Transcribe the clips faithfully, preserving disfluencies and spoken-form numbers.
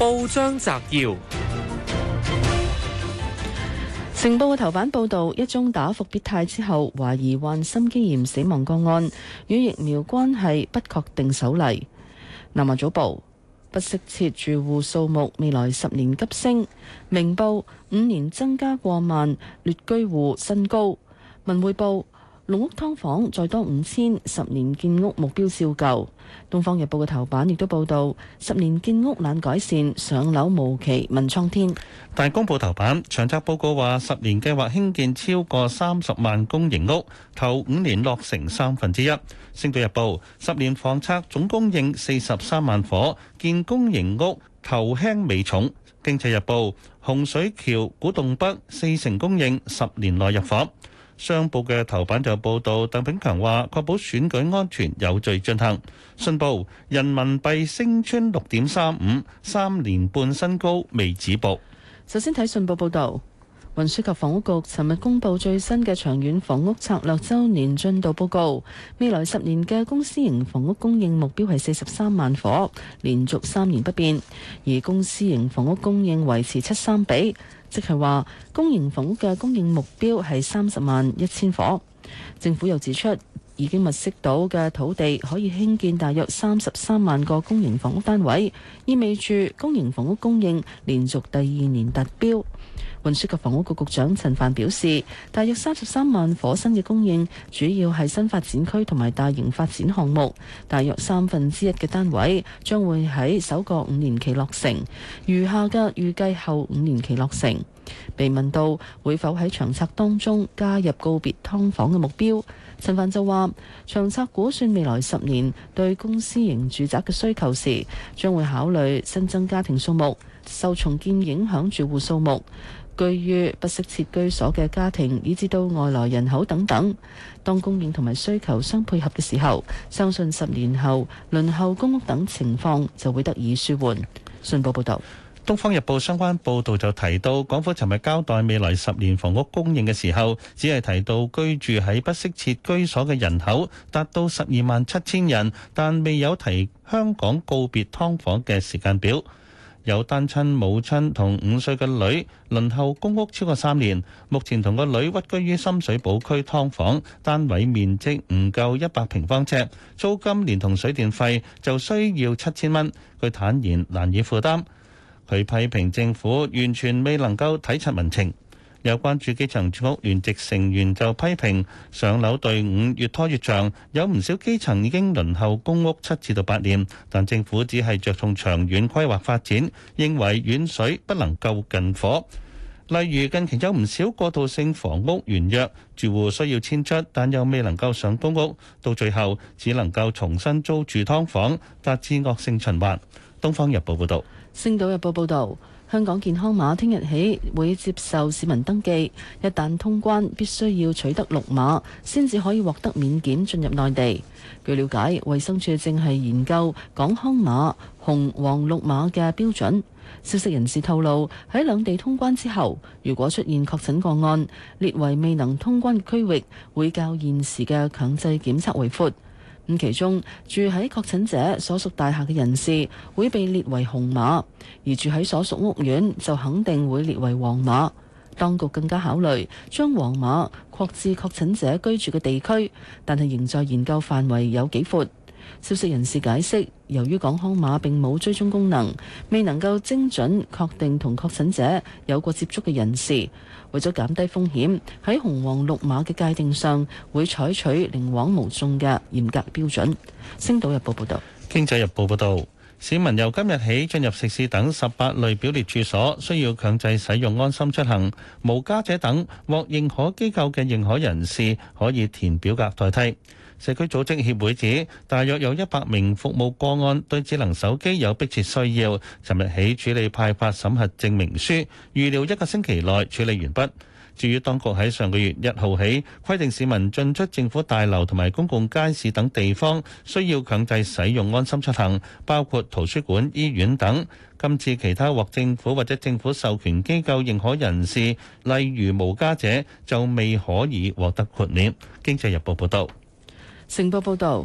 報章摘要： 成報嘅頭版報導，一宗打復必泰之後懷疑患心肌炎死亡個案，與疫苗關係不確定首例。南華早報：不適切住戶數目未來十年急升。明報：五年增加過萬，劣居戶新高。文匯報：籠屋劏房再多五千，十年建屋目標照舊。東方日報嘅頭版亦都報導，十年建屋難改善，上樓無期問蒼天。 大公報頭版，長策報告話，十年計劃興建超過三十萬公營屋，頭五年落成三分之一。星島日報，十年房策總供應四十三萬伙，建公營屋頭輕尾重。經濟日報，洪水橋古洞北四成供應十年內入伙。商報嘅頭版就報導，鄧炳強話確保選舉安全有序進行。信報，人民幣升穿六點三五，三年半新高未止步。 首先睇信報報導，運輸及房屋局尋日公布最新嘅長遠房屋策略週年進度報告，未來十年嘅公私營房屋供應目標係四十三萬伙，連續三年不變，而公私營房屋供應維持七三比。即係話，公營房屋嘅供應目標係三十萬一千伙。政府又指出，已經物色到嘅土地可以興建大約三十三萬個公營房屋單位，意味住公營房屋供應連續第二年達標。運輸及房屋局局長陳帆表示，大約三十三萬伙新嘅供應主要係新發展區同埋大型發展項目，大約三分之一嘅單位將會喺首個五年期落成，餘下嘅預計後五年期落成。被問到會否喺長策當中加入告別劏房嘅目標，陳帆就話：長策估算未來十年對公私營住宅嘅需求時，將會考慮新增家庭數目、受重建影響住戶數目、居於不適切居所嘅家庭，以至到外來人口等等。當供應同埋需求相配合嘅時候，相信十年後輪候公屋等情況就會得以舒緩。信報報道。 《東方日報》相關報導就提到，港府尋日交代未來十年房屋供應嘅時候，只係提到居住喺不適切居所嘅人口達到十二萬七千人，但未有提香港告別劏房嘅時間表。有單親母親同五歲嘅女輪候公屋超過三年，目前同個女屈居於深水埗區劏房，單位面積唔夠一百平方尺，租金連同水電費就需要七千蚊，佢坦言難以負擔。佢批評政府完全未能夠體察民情。有關注基層住屋聯席成員就批評上樓隊伍越拖越長，有唔少基層已經輪候公屋七至到八年，但政府只係着重長遠規劃發展，認為遠水不能救近火。例如近期有唔少過渡性房屋完約，住戶需要遷出，但又未能夠上公屋，到最後只能夠重新租住劏房，達至惡性循環。《東方日報》報導。 《星島日報》報導，香港健康碼聽日起會接受市民登記，一旦通關必須要取得綠碼，先至可以獲得免檢進入內地。據了解，衛生署正係研究港康碼紅黃綠碼嘅標準。消息人士透露，喺兩地通關之後，如果出現確診個案，列為未能通關嘅區域，會較現時嘅強制檢測為闊。咁其中住喺確診者所屬大廈嘅人士會被列為紅碼，而住喺所屬屋苑就肯定會列為黃碼。當局更加考慮將黃碼擴至確診者居住嘅地區，但係仍在研究範圍有幾闊。消息人士解釋，由於港康碼並冇追蹤功能，未能夠精準確定同確診者有過接觸嘅人士，為咗減低風險，喺紅黃綠碼嘅界定上會採取寧枉毋縱嘅嚴格標準。星島日報報道。 經濟日報報導，市民由今日起進入食肆等十八類表列處所，需要強制使用安心出行。無家者等獲認可機構嘅認可人士可以填表格代替。社區組織協會指，大約有一百名服務個案對智能手機有迫切需要，尋日起處理派發審核證明書，預料一個星期內處理完畢。至於當局喺上個月一號起規定市民進出政府大樓同埋公共街市等地方需要強制使用安心出行，包括圖書館、醫院等。今次其他獲政府或者政府授權機構認可人士，例如無家者，就未可以獲得豁免。經濟日報報導。 成報報導，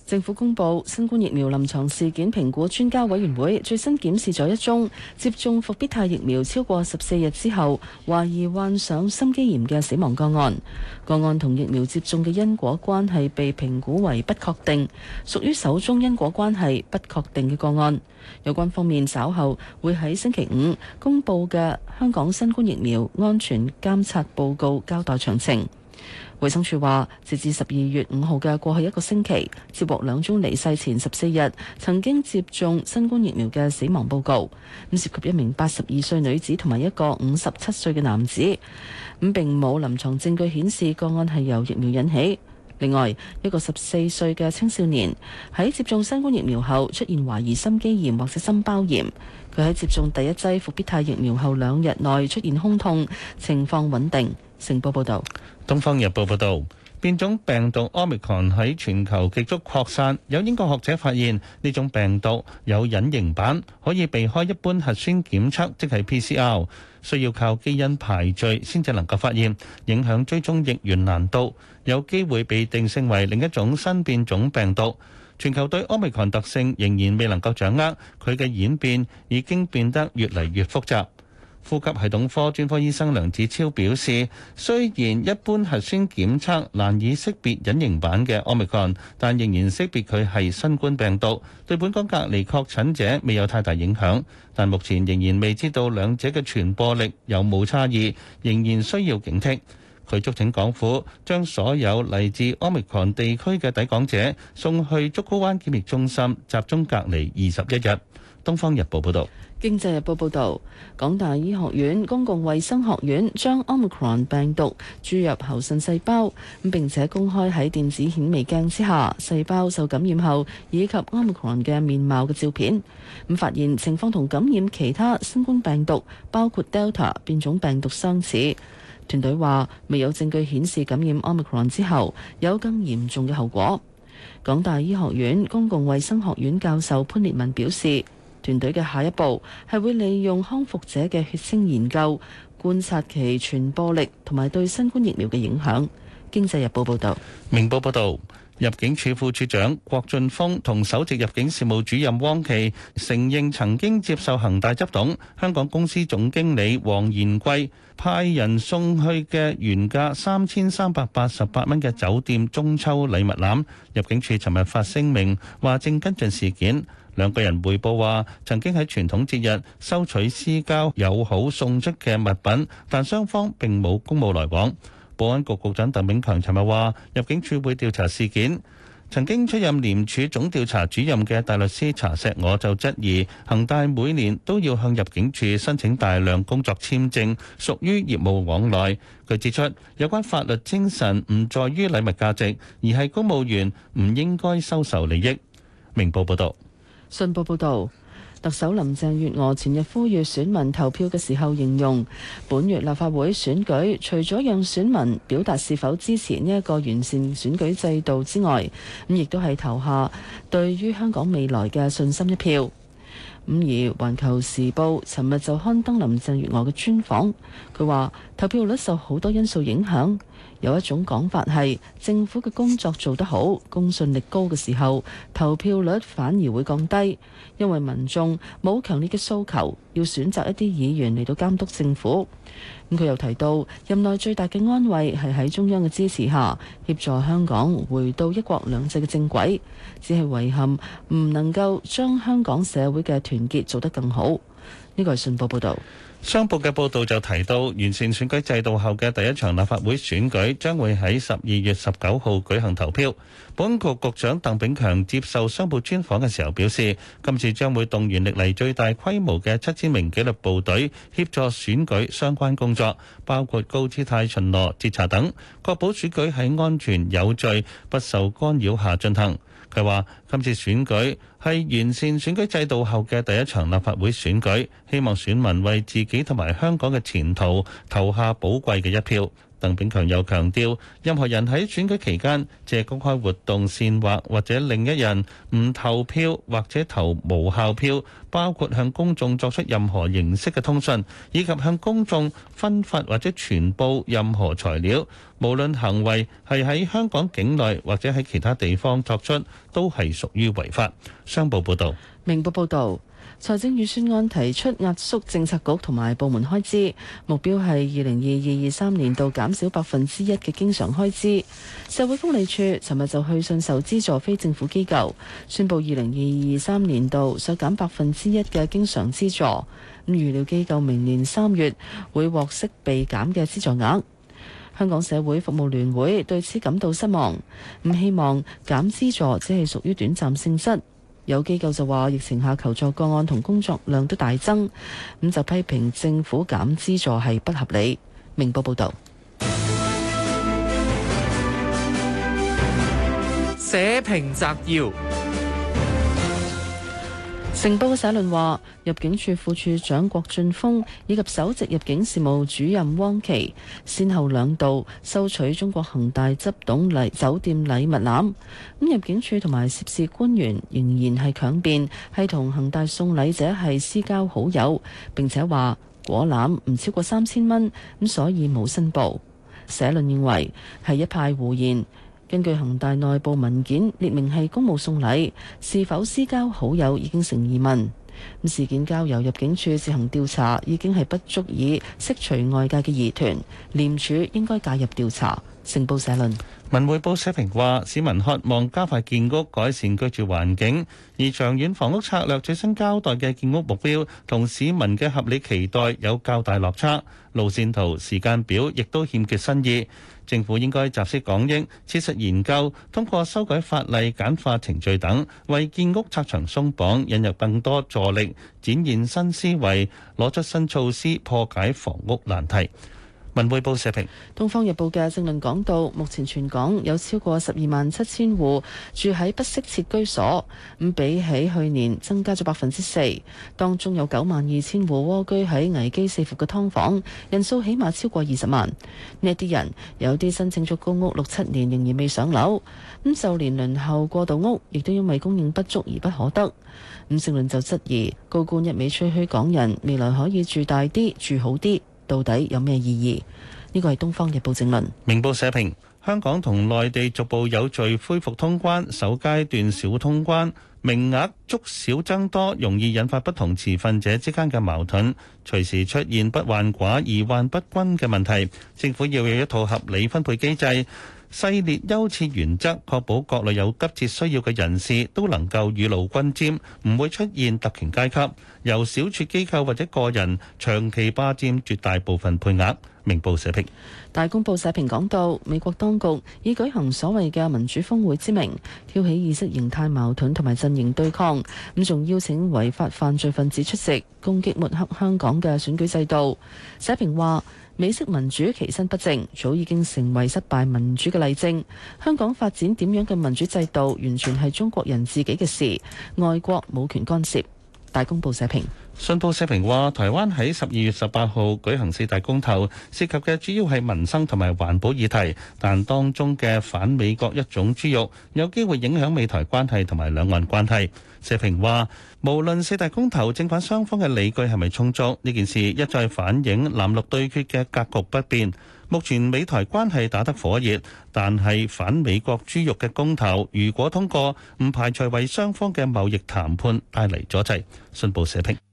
政府公布新冠疫苗臨床事件評估專家委員會最新檢視咗一宗接種復必泰疫苗超過十四日之後懷疑患上心肌炎嘅死亡個案。個案同疫苗接種嘅因果關係被評估為不確定，屬於首宗因果關係不確定嘅個案。有關方面稍後會喺星期五公布嘅香港新冠疫苗安全監察報告交代詳情。衛生署話，截至十二月五號嘅過去一個星期，接獲兩宗離世前十四日曾經接種新冠疫苗嘅死亡報告，咁涉及一名八十二歲女子同埋一個五十七歲嘅男子，咁並冇臨床證據顯示個案係由疫苗引起。另外，一個十四歲嘅青少年喺接種新冠疫苗後出現懷疑心肌炎或者心包炎，佢喺接種第一劑復必泰疫苗後兩日內出現胸痛，情況穩定。成報報導。 《東方日報》報導，變種病毒 Omicron 喺全球極速擴散，有英國學者發現呢種病毒有隱形版，可以避開一般核酸檢測，即係 P C R， 需要靠基因排序先至能夠發現，影響追蹤疫源難度，有機會被定性為另一種新變種病毒。全球對 Omicron 特性仍然未能夠掌握，佢嘅演變已經變得越嚟越複雜。呼吸系統科專科醫生梁子超表示，雖然一般核酸檢測難以識別隱形版嘅 Omicron， 但仍然識別佢係新冠病毒，對本港隔離確診者未有太大影響。但目前仍然未知道兩者嘅傳播力有冇差異，仍然需要警惕。佢促請港府將所有嚟自 Omicron 地區嘅抵港者送去竹篙灣檢疫中心集中隔離二十一日。《東方日報》報導。 《經濟日報》報導，港大醫學院公共衛生學院將 Omicron 病毒注入喉腎細胞，咁並且公開喺電子顯微鏡之下細胞受感染後以及 Omicron 嘅面貌嘅照片，咁發現情況同感染其他新冠病毒，包括 Delta 變種病毒相似。團隊話未有證據顯示感染 Omicron 之後有更嚴重嘅後果。港大醫學院公共衛生學院教授潘烈文表示，團隊嘅下一步係會利用康復者嘅血清研究，觀察其傳播力同埋對新冠疫苗嘅影響。經濟日報報導。 明報報導，入境處副處長郭俊峰同首席入境事務主任汪琪承認曾經接受恒大執董香港公司總經理黃延貴派人送去嘅原價三千三百八十八蚊嘅酒店中秋禮物籃。入境處尋日發聲明話正跟進事件。兩個人匯報話，曾經喺傳統節日收取私交友好送出嘅物品，但雙方並冇公務來往。保安局局長鄧炳強尋日話，入境處會調查事件。曾經出任廉署總調查主任嘅大律師查錫我就質疑，恒大每年都要向入境處申請大量工作簽證，屬於業務往來。佢指出，有關法律精神唔在於禮物價值，而係公務員唔應該收受利益。明報報道。 信報報導，特首林鄭月娥前日呼籲選民投票嘅時候，形容本月立法會選舉除咗讓選民表達是否支持呢一個完善選舉制度之外，咁亦都係投下對於香港未來嘅信心一票。咁而《環球時報》尋日就刊登林鄭月娥嘅專訪，佢話投票率受好多因素影響。有一種講法係政府嘅工作做得好，公信力高嘅時候，投票率反而會降低，因為民眾冇強烈嘅訴求，要選擇一啲議員嚟到監督政府。咁佢又提到，任內最大嘅安慰係喺中央嘅支持下，協助香港回到一國兩制嘅正軌，只係遺憾唔能夠將香港社會嘅團結做得更好。呢個係信報報導。 商報嘅報導就提到，完善選舉制度後嘅第一場立法會選舉將會喺十二月十九號舉行投票。保安局局長鄧炳強接受商報專訪嘅時候表示，今次將會動員歷嚟最大規模嘅七千名紀律部隊協助選舉相關工作，包括高姿態巡邏、截查等，確保選舉喺安全有序、不受干擾下進行。佢話：今次選舉係完善選舉制度後嘅第一場立法會選舉，希望選民為自己同埋香港嘅前途投下寶貴嘅一票。 鄧炳強又強調，任何人喺選舉期間借公開活動煽惑或者另一人唔投票或者投無效票，包括向公眾作出任何形式嘅通訊，以及向公眾分發或者傳播任何材料，無論行為係喺香港境內或者喺其他地方作出，都係屬於違法。商報報導。 明報報導。財政預算案提出壓縮政策局同埋部門開支，目標係二零二二二三年度減少百分之一嘅經常開支。社會福利署尋日就去信受資助非政府機構，宣布二零二二二三年度削減百分之一嘅經常資助。咁預料機構明年三月會獲悉被減嘅資助額。香港社會服務聯會對此感到失望，唔希望減資助只係屬於短暫性質。有機構就話，疫情下求助個案同工作量都大增，咁就批評政府減資助係不合理。明報報導。 社評摘要。 成報嘅社論話，入境處副處長郭俊峰以及首席入境事務主任汪琪先後兩度收取中國恒大執董禮酒店禮物籃。咁入境處同埋涉事官員仍然係強辯係同恒大送禮者係私交好友，並且話果籃唔超過三千蚊，咁所以冇申報。社論認為係一派胡言。根據恒大內部文件列明係公務送禮，是否私交好友已經成疑問。咁事件交由入境處自行調查，已經係不足以釋除外界嘅疑團，廉署應該介入調查。成報社論。 文匯報社評話，市民渴望加快建屋，改善居住環境，而長遠房屋策略最新交代嘅建屋目標同市民嘅合理期待有較大落差，路線圖、時間表亦都欠缺新意。政府應該集思廣益，切實研究，通過修改法例、簡化程序等，為建屋拆牆鬆綁，引入更多助力，展現新思維，攞出新措施，破解房屋難題。文匯報社評。《 東方日報》嘅政論講到，目前全港有超過十二萬七千戶住喺不適切居所，咁比起去年增加咗百分之四。當中有九萬二千戶蝸居喺危機四伏嘅劏房，人數起碼超過二十萬。呢一啲人有啲申請咗公屋六七年，仍然未上樓，咁就連輪候過渡屋，亦都因為供應不足而不可得。咁政論就質疑，高官一味吹噓港人未來可以住大啲、住好啲。到底有咩意義？呢個係《東方日報》正論。 明報社評：香港同內地逐步有序恢復通關，首階段小通關，名額逐少增多，容易引發不同持份者之間嘅矛盾，隨時出現不患寡而患不均嘅問題。政府要有一套合理分配機制，細列優次原則，確保各類有急切需要嘅人士都能夠雨露均沾，唔會出現特權階級，由小撮機構或者個人長期霸佔絕大部分配額。明報社評。 大公報社評講到，美國當局以舉行所謂嘅民主峰會之名，挑起意識形態矛盾同埋陣營對抗，咁仲邀請違法犯罪分子出席，攻擊抹黑香港嘅選舉制度。社評話，美式民主其身不正，早已經成為失敗民主嘅例證。香港發展點樣嘅民主制度，完全係中國人自己嘅事，外國冇權干涉。大公報社評。 信報社評話，台灣喺十二月十八號舉行四大公投，涉及嘅主要係民生同埋環保議題，但當中嘅反美國一種豬肉，有機會影響美台關係同埋兩岸關係。社評話，無論四大公投正反雙方嘅理據係咪充足，呢件事一再反映藍綠對決嘅格局不變。目前美台關係打得火熱，但係反美國豬肉嘅公投如果通過，唔排除為雙方嘅貿易談判帶嚟阻滯。信報社評。